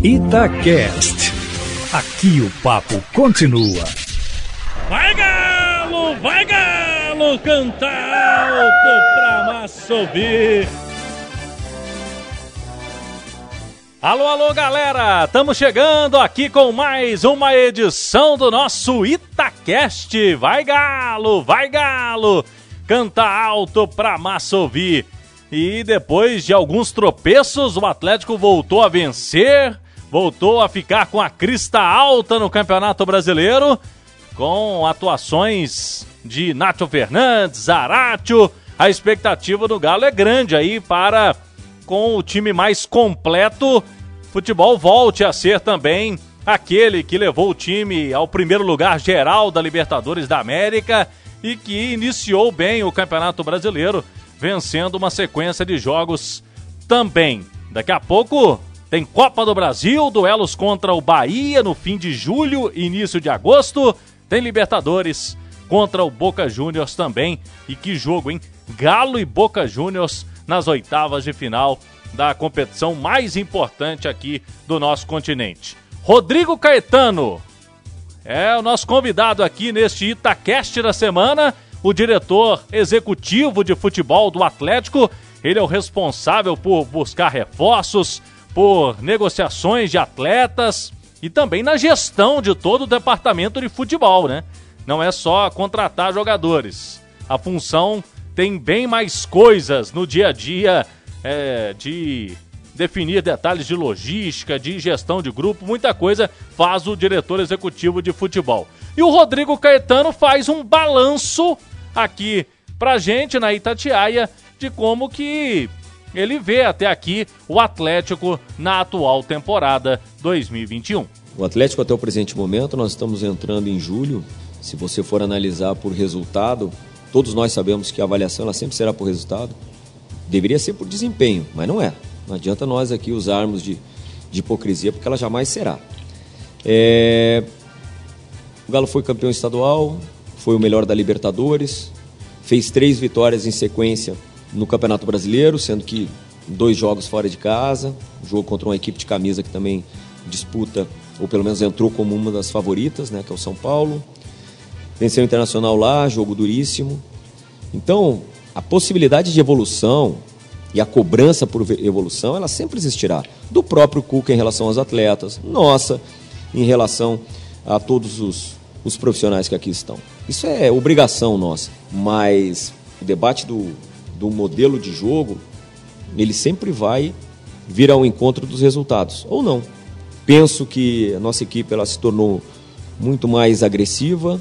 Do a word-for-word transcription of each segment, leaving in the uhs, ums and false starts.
Itacast. Aqui o papo continua. Vai Galo, vai Galo, canta alto pra massa ouvir. Alô, alô, galera! Estamos chegando aqui com mais uma edição do nosso Itacast. Vai Galo, vai Galo, canta alto pra massa ouvir. E depois de alguns tropeços, o Atlético voltou a vencer, voltou a ficar com a crista alta no Campeonato Brasileiro, com atuações de Nacho Fernandes, Zaratio. A expectativa do Galo é grande aí para, com o time mais completo, futebol volte a ser também aquele que levou o time ao primeiro lugar geral da Libertadores da América e que iniciou bem o Campeonato Brasileiro, vencendo uma sequência de jogos também. Daqui a pouco tem Copa do Brasil, duelos contra o Bahia no fim de julho e início de agosto. Tem Libertadores contra o Boca Juniors também. E que jogo, hein? Galo e Boca Juniors nas oitavas de final da competição mais importante aqui do nosso continente. Rodrigo Caetano é o nosso convidado aqui neste Itacast da semana, o diretor executivo de futebol do Atlético. Ele é o responsável por buscar reforços, por negociações de atletas e também na gestão de todo o departamento de futebol, né? Não é só contratar jogadores. A função tem bem mais coisas no dia a dia, é, de definir detalhes de logística, de gestão de grupo, muita coisa faz o diretor executivo de futebol. E o Rodrigo Caetano faz um balanço aqui pra gente na Itatiaia de como que ele vê até aqui o Atlético na atual temporada dois mil e vinte e um. O Atlético até o presente momento, nós estamos entrando em julho. Se você for analisar por resultado, todos nós sabemos que a avaliação ela sempre será por resultado. Deveria ser por desempenho, mas não é. Não adianta nós aqui usarmos de, de hipocrisia, porque ela jamais será. É... O Galo foi campeão estadual, foi o melhor da Libertadores, fez três vitórias em sequência no Campeonato Brasileiro, sendo que dois jogos fora de casa, um jogo contra uma equipe de camisa que também disputa, ou pelo menos entrou como uma das favoritas, né, que é o São Paulo. Venceu o Internacional lá, jogo duríssimo. Então, a possibilidade de evolução e a cobrança por evolução, ela sempre existirá. Do próprio Cuca em relação aos atletas, nossa, em relação a todos os, os profissionais que aqui estão. Isso é obrigação nossa, mas o debate do, do modelo de jogo, ele sempre vai vir ao encontro dos resultados, ou não. Penso que a nossa equipe ela se tornou muito mais agressiva,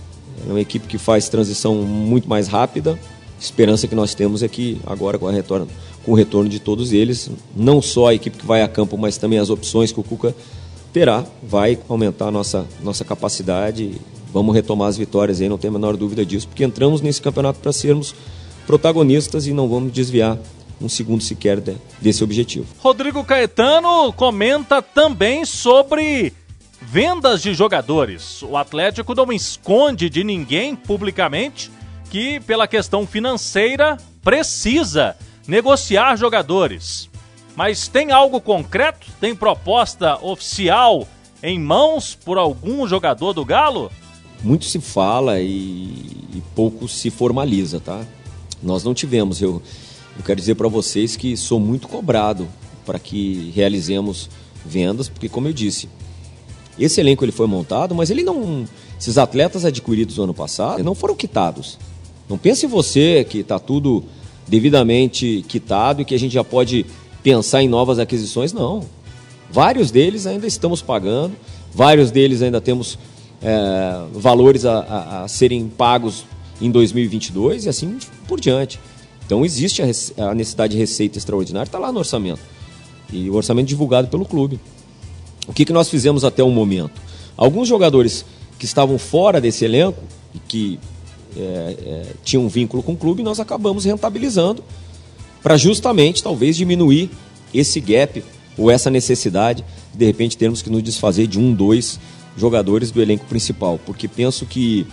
é uma equipe que faz transição muito mais rápida. A esperança que nós temos é que agora com, a retorno, com o retorno de todos eles, não só a equipe que vai a campo, mas também as opções que o Cuca terá, vai aumentar a nossa, nossa capacidade. Vamos retomar as vitórias aí, não tem a menor dúvida disso, porque entramos nesse campeonato para sermos protagonistas e não vamos desviar um segundo sequer de, desse objetivo. Rodrigo Caetano comenta também sobre vendas de jogadores. O Atlético não esconde de ninguém publicamente que, pela questão financeira, precisa negociar jogadores. Mas tem algo concreto? Tem proposta oficial em mãos por algum jogador do Galo? Muito se fala e, e pouco se formaliza, tá? Nós não tivemos, eu, eu quero dizer para vocês que sou muito cobrado para que realizemos vendas, porque como eu disse, esse elenco ele foi montado, mas ele não, esses atletas adquiridos no ano passado não foram quitados. Não pense você que está tudo devidamente quitado e que a gente já pode pensar em novas aquisições, não. Vários deles ainda estamos pagando, vários deles ainda temos é, valores a, a, a serem pagos em dois mil e vinte e dois e assim por diante. Então existe a, a necessidade de receita extraordinária, está lá no orçamento. E o orçamento divulgado pelo clube. O que, que nós fizemos até o momento? Alguns jogadores que estavam fora desse elenco e que é, é, tinham um vínculo com o clube, nós acabamos rentabilizando para justamente talvez diminuir esse gap ou essa necessidade de, de repente termos que nos desfazer de um, dois jogadores do elenco principal, porque penso que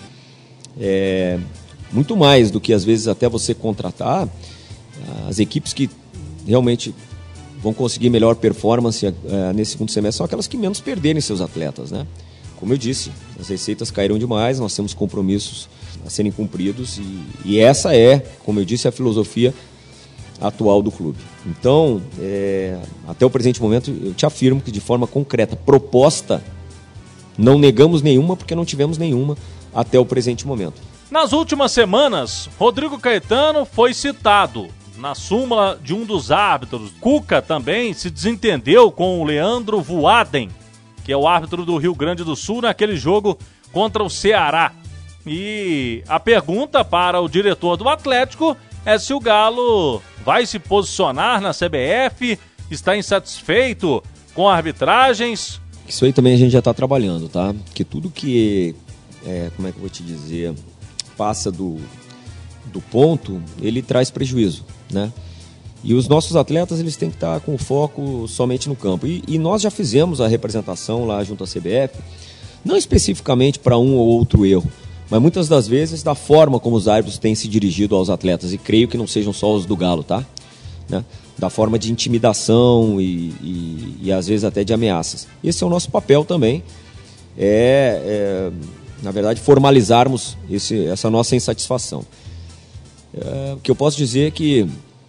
é, muito mais do que às vezes até você contratar, as equipes que realmente vão conseguir melhor performance uh, nesse segundo semestre são aquelas que menos perderem seus atletas, né? Como eu disse, as receitas caíram demais, nós temos compromissos a serem cumpridos e, e essa é, como eu disse, a filosofia atual do clube. Então, é, até o presente momento, eu te afirmo que de forma concreta, proposta, não negamos nenhuma porque não tivemos nenhuma até o presente momento. Nas últimas semanas, Rodrigo Caetano foi citado na súmula de um dos árbitros. Cuca também se desentendeu com o Leandro Voaden, que é o árbitro do Rio Grande do Sul, naquele jogo contra o Ceará. E a pergunta para o diretor do Atlético é se o Galo vai se posicionar na C B F, está insatisfeito com arbitragens. Isso aí também a gente já está trabalhando, tá? Que tudo que, é, como é que eu vou te dizer, passa do, do ponto, ele traz prejuízo, né? E os nossos atletas, eles têm que estar com foco somente no campo. E, e nós já fizemos a representação lá junto à C B F, não especificamente para um ou outro erro, mas muitas das vezes da forma como os árbitros têm se dirigido aos atletas, e creio que não sejam só os do Galo, tá? Né? Da forma de intimidação e, e, e às vezes até de ameaças. Esse é o nosso papel também, é, é na verdade, formalizarmos esse, essa nossa insatisfação. É, o que eu posso dizer é que,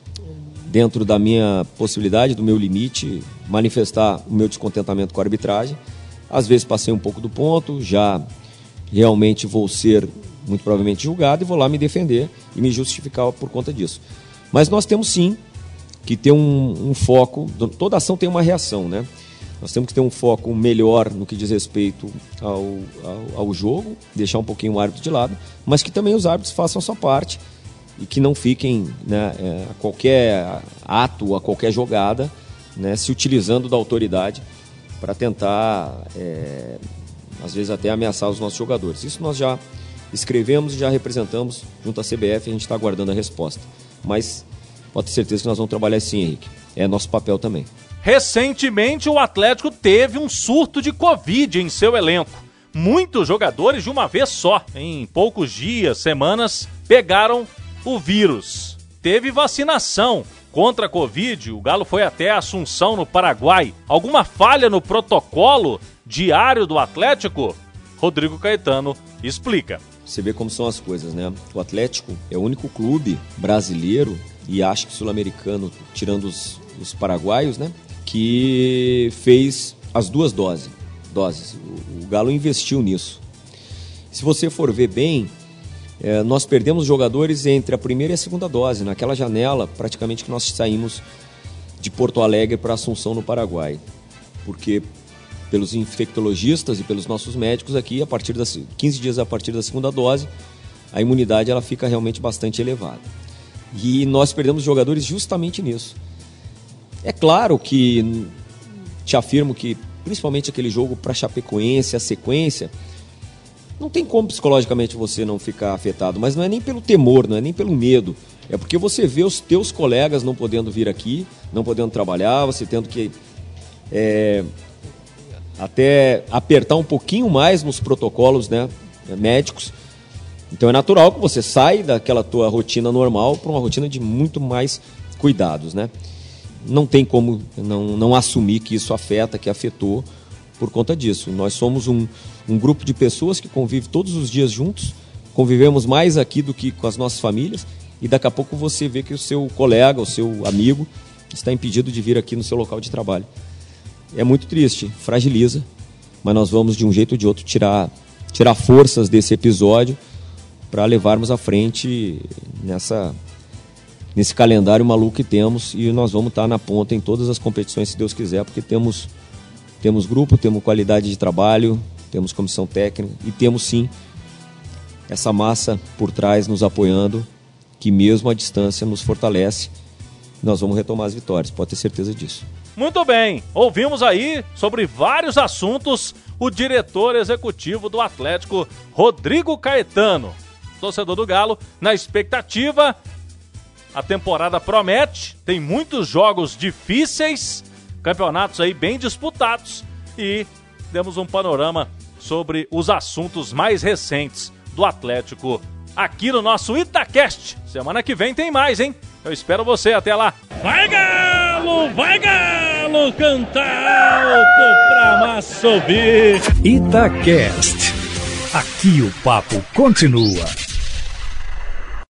dentro da minha possibilidade, do meu limite, manifestar o meu descontentamento com a arbitragem. Às vezes passei um pouco do ponto, já realmente vou ser, muito provavelmente, julgado e vou lá me defender e me justificar por conta disso. Mas nós temos sim que ter um, um foco, toda ação tem uma reação, né? Nós temos que ter um foco melhor no que diz respeito ao, ao, ao jogo, deixar um pouquinho o árbitro de lado, mas que também os árbitros façam a sua parte e que não fiquem, né, é, a qualquer ato, a qualquer jogada, né, se utilizando da autoridade para tentar, é, às vezes até ameaçar os nossos jogadores. Isso nós já escrevemos e já representamos junto à C B F, a gente está aguardando a resposta. Mas pode ter certeza que nós vamos trabalhar sim, Henrique. É nosso papel também. Recentemente, o Atlético teve um surto de Covid em seu elenco. Muitos jogadores de uma vez só, em poucos dias, semanas, pegaram o vírus. Teve vacinação contra a Covid, o Galo foi até Assunção, no Paraguai. Alguma falha no protocolo diário do Atlético? Rodrigo Caetano explica. Você vê como são as coisas, né? O Atlético é o único clube brasileiro, e acho que sul-americano, tirando os, os paraguaios, né, que fez as duas doses. doses. O, o Galo investiu nisso. Se você for ver bem, é, nós perdemos jogadores entre a primeira e a segunda dose. Naquela janela, praticamente, que nós saímos de Porto Alegre para Assunção, no Paraguai. Porque, pelos infectologistas e pelos nossos médicos aqui, a partir das quinze dias a partir da segunda dose, a imunidade ela fica realmente bastante elevada. E nós perdemos jogadores justamente nisso. É claro que, te afirmo que, principalmente aquele jogo para Chapecoense, a sequência, não tem como psicologicamente você não ficar afetado, mas não é nem pelo temor, não é nem pelo medo, é porque você vê os teus colegas não podendo vir aqui, não podendo trabalhar, você tendo que é, até apertar um pouquinho mais nos protocolos, né, médicos. Então é natural que você saia daquela tua rotina normal para uma rotina de muito mais cuidados, né? Não tem como não, não assumir que isso afeta, que afetou por conta disso. Nós somos um, um grupo de pessoas que convive todos os dias juntos, convivemos mais aqui do que com as nossas famílias, e daqui a pouco você vê que o seu colega, o seu amigo, está impedido de vir aqui no seu local de trabalho. É muito triste, fragiliza, mas nós vamos de um jeito ou de outro tirar, tirar forças desse episódio para levarmos à frente nessa, nesse calendário maluco que temos, e nós vamos estar na ponta em todas as competições, se Deus quiser, porque temos, temos grupo, temos qualidade de trabalho, temos comissão técnica e temos sim essa massa por trás nos apoiando, que mesmo à distância nos fortalece. Nós vamos retomar as vitórias, pode ter certeza disso. Muito bem, ouvimos aí sobre vários assuntos o diretor executivo do Atlético, Rodrigo Caetano. Torcedor do Galo, na expectativa, a temporada promete, tem muitos jogos difíceis, campeonatos aí bem disputados, e demos um panorama sobre os assuntos mais recentes do Atlético aqui no nosso Itacast. Semana que vem tem mais, hein? Eu espero você, até lá. Vai, Galo! Galo, vai Galo, canta alto pra massa ouvir. Itacast. Aqui o papo continua.